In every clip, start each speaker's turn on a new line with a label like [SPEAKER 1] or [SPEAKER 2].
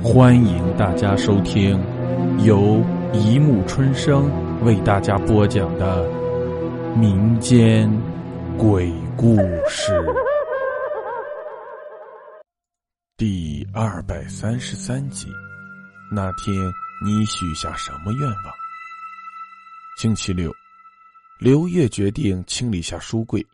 [SPEAKER 1] 欢迎大家收听由一木春生为大家播讲的民间鬼故事第233集。那天你许下什么愿望？星期六，刘月决定清理下书柜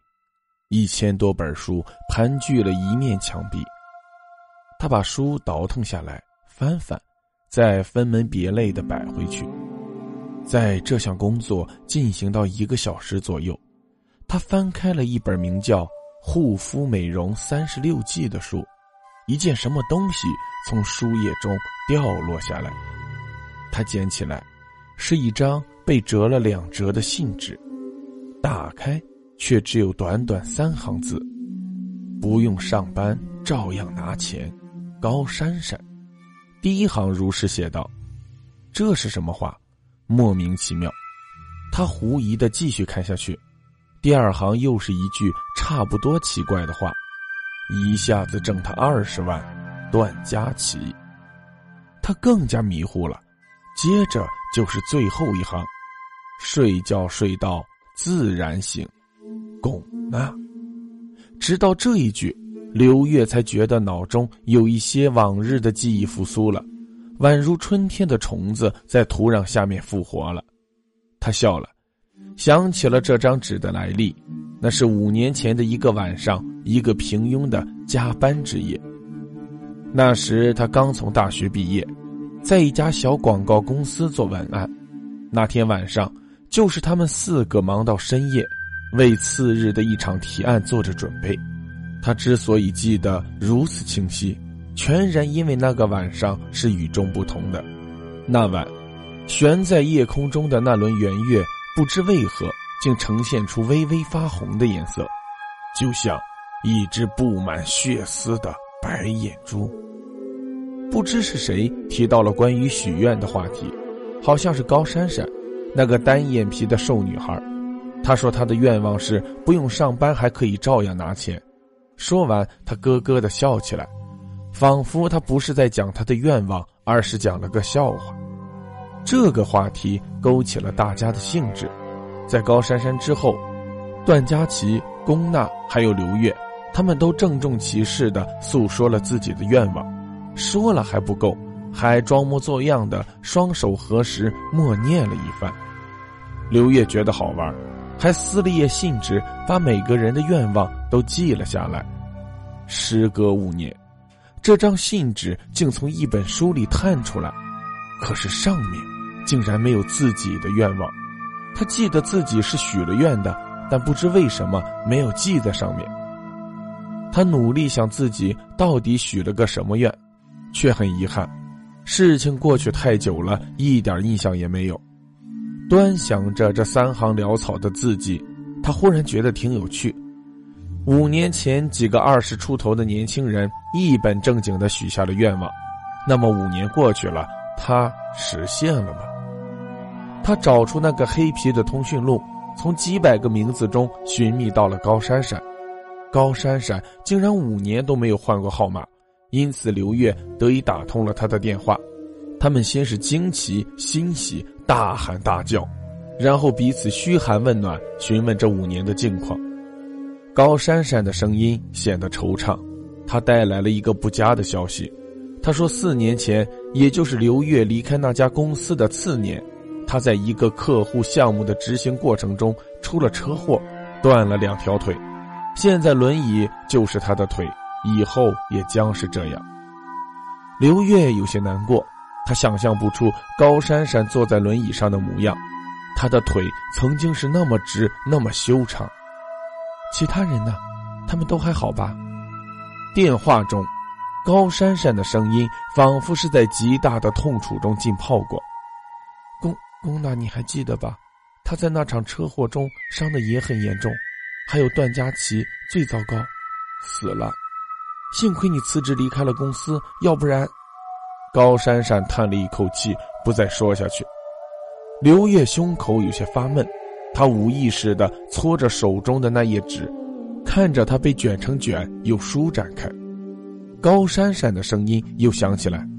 [SPEAKER 1] ，1000多本书盘踞了一面墙壁。他把书倒腾下来翻翻，再分门别类地摆回去。在这项工作进行到1个小时左右，他翻开了一本名叫《护肤美容36计》的书，一件什么东西从书页中掉落下来。他捡起来，是一张被折了2折的信纸，打开却只有短短3行字：不用上班照样拿钱，高珊珊。第1行如实写道。这是什么话？莫名其妙。他狐疑地继续看下去，第2行又是一句差不多奇怪的话：一下子挣他20万，段佳琪。他更加迷糊了，接着就是最后1行：睡觉睡到自然醒，龚娜。直到这一句，刘月才觉得脑中有一些往日的记忆复苏了，宛如春天的虫子在土壤下面复活了。他笑了，想起了这张纸的来历，那是5年前的一个晚上，一个平庸的加班之夜。那时他刚从大学毕业，在一家小广告公司做文案。那天晚上，就是他们4个忙到深夜，为次日的一场提案做着准备。他之所以记得如此清晰，全然因为那个晚上是与众不同的。那晚，悬在夜空中的那轮圆月，不知为何竟呈现出微微发红的颜色，就像一只布满血丝的白眼珠。不知是谁提到了关于许愿的话题，好像是高珊珊，那个单眼皮的瘦女孩。她说她的愿望是不用上班还可以照样拿钱。说完，她咯咯地笑起来，仿佛她不是在讲她的愿望，而是讲了个笑话。这个话题勾起了大家的兴致。在高珊珊之后，段佳琪、龚娜还有刘月，他们都郑重其事地诉说了自己的愿望。说了还不够，还装模作样的双手合十默念了一番。刘月觉得好玩，还撕了页信纸，把每个人的愿望都记了下来。时隔5年，这张信纸竟从一本书里探出来，可是上面竟然没有自己的愿望。他记得自己是许了愿的，但不知为什么没有记在上面。他努力想自己到底许了个什么愿，却很遗憾，事情过去太久了，一点印象也没有。端详着这3行潦草的字迹，他忽然觉得挺有趣。5年前几个20出头的年轻人一本正经地许下了愿望，那么5年过去了，他实现了吗？他找出那个黑皮的通讯录，从几百个名字中寻觅到了高珊珊。高珊珊竟然5年都没有换过号码，因此刘月得以打通了他的电话。他们先是惊奇欣喜，大喊大叫，然后彼此嘘寒问暖，询问这5年的近况。高珊珊的声音显得惆怅，她带来了一个不佳的消息。她说4年前，也就是刘月离开那家公司的次年，她在一个客户项目的执行过程中出了车祸，断了2条腿。现在轮椅就是她的腿，以后也将是这样。刘月有些难过，他想象不出高珊珊坐在轮椅上的模样，她的腿曾经是那么直，那么修长。其他人呢？他们都还好吧？电话中，高珊珊的声音仿佛是在极大的痛楚中浸泡过。龚娜，你还记得吧？她在那场车祸中伤得也很严重，还有段佳琪最糟糕，死了。幸亏你辞职离开了公司，要不然……高珊珊叹了一口气，不再说下去。刘月胸口有些发闷，他无意识地搓着手中的那页纸，看着它被卷成卷又舒展开。高珊珊的声音又响起来：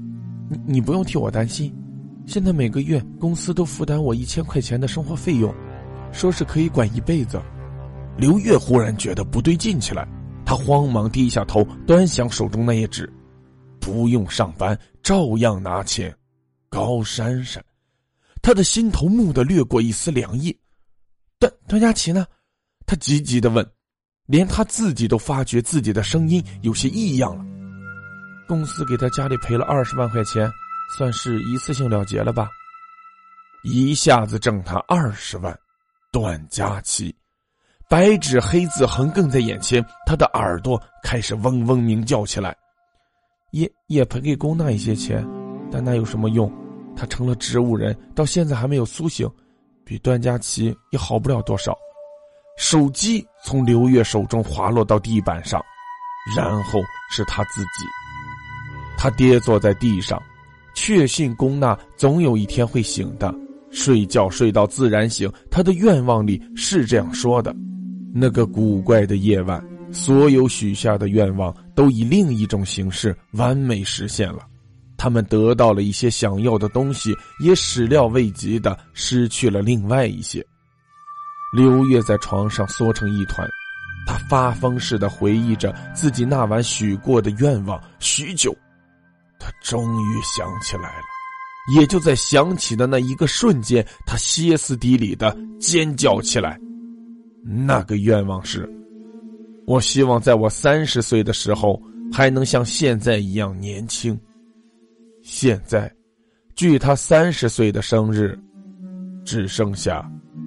[SPEAKER 1] 你不用替我担心，现在每个月公司都负担我1000块钱的生活费用，说是可以管一辈子。刘月忽然觉得不对劲起来，他慌忙低下头端详手中那页纸，不用上班照样拿钱。高珊珊，他的心头蓦地掠过一丝凉意。段佳琪呢？他急急地问，连他自己都发觉自己的声音有些异样了。公司给他家里赔了20万块钱，算是一次性了结了吧。一下子挣他20万，段佳琪，白纸黑字横亘在眼前，他的耳朵开始嗡嗡鸣叫起来。也赔给龚娜一些钱，但那有什么用？他成了植物人，到现在还没有苏醒，比段佳琪也好不了多少。手机从刘月手中滑落到地板上，然后是他自己。他跌坐在地上，确信龚娜总有一天会醒的，睡觉睡到自然醒，他的愿望里是这样说的。那个古怪的夜晚，所有许下的愿望都以另一种形式完美实现了。他们得到了一些想要的东西，也始料未及的失去了另外一些。刘月在床上缩成一团，他发疯似的回忆着自己那晚许过的愿望，许久，他终于想起来了。也就在想起的那一个瞬间，他歇斯底里的尖叫起来。那个愿望是，我希望在我30岁的时候还能像现在一样年轻。现在距他30岁的生日只剩下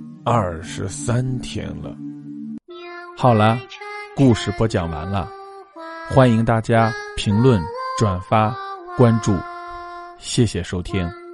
[SPEAKER 1] 23天了。
[SPEAKER 2] 好了，故事播讲完了，欢迎大家评论、转发、关注，谢谢收听。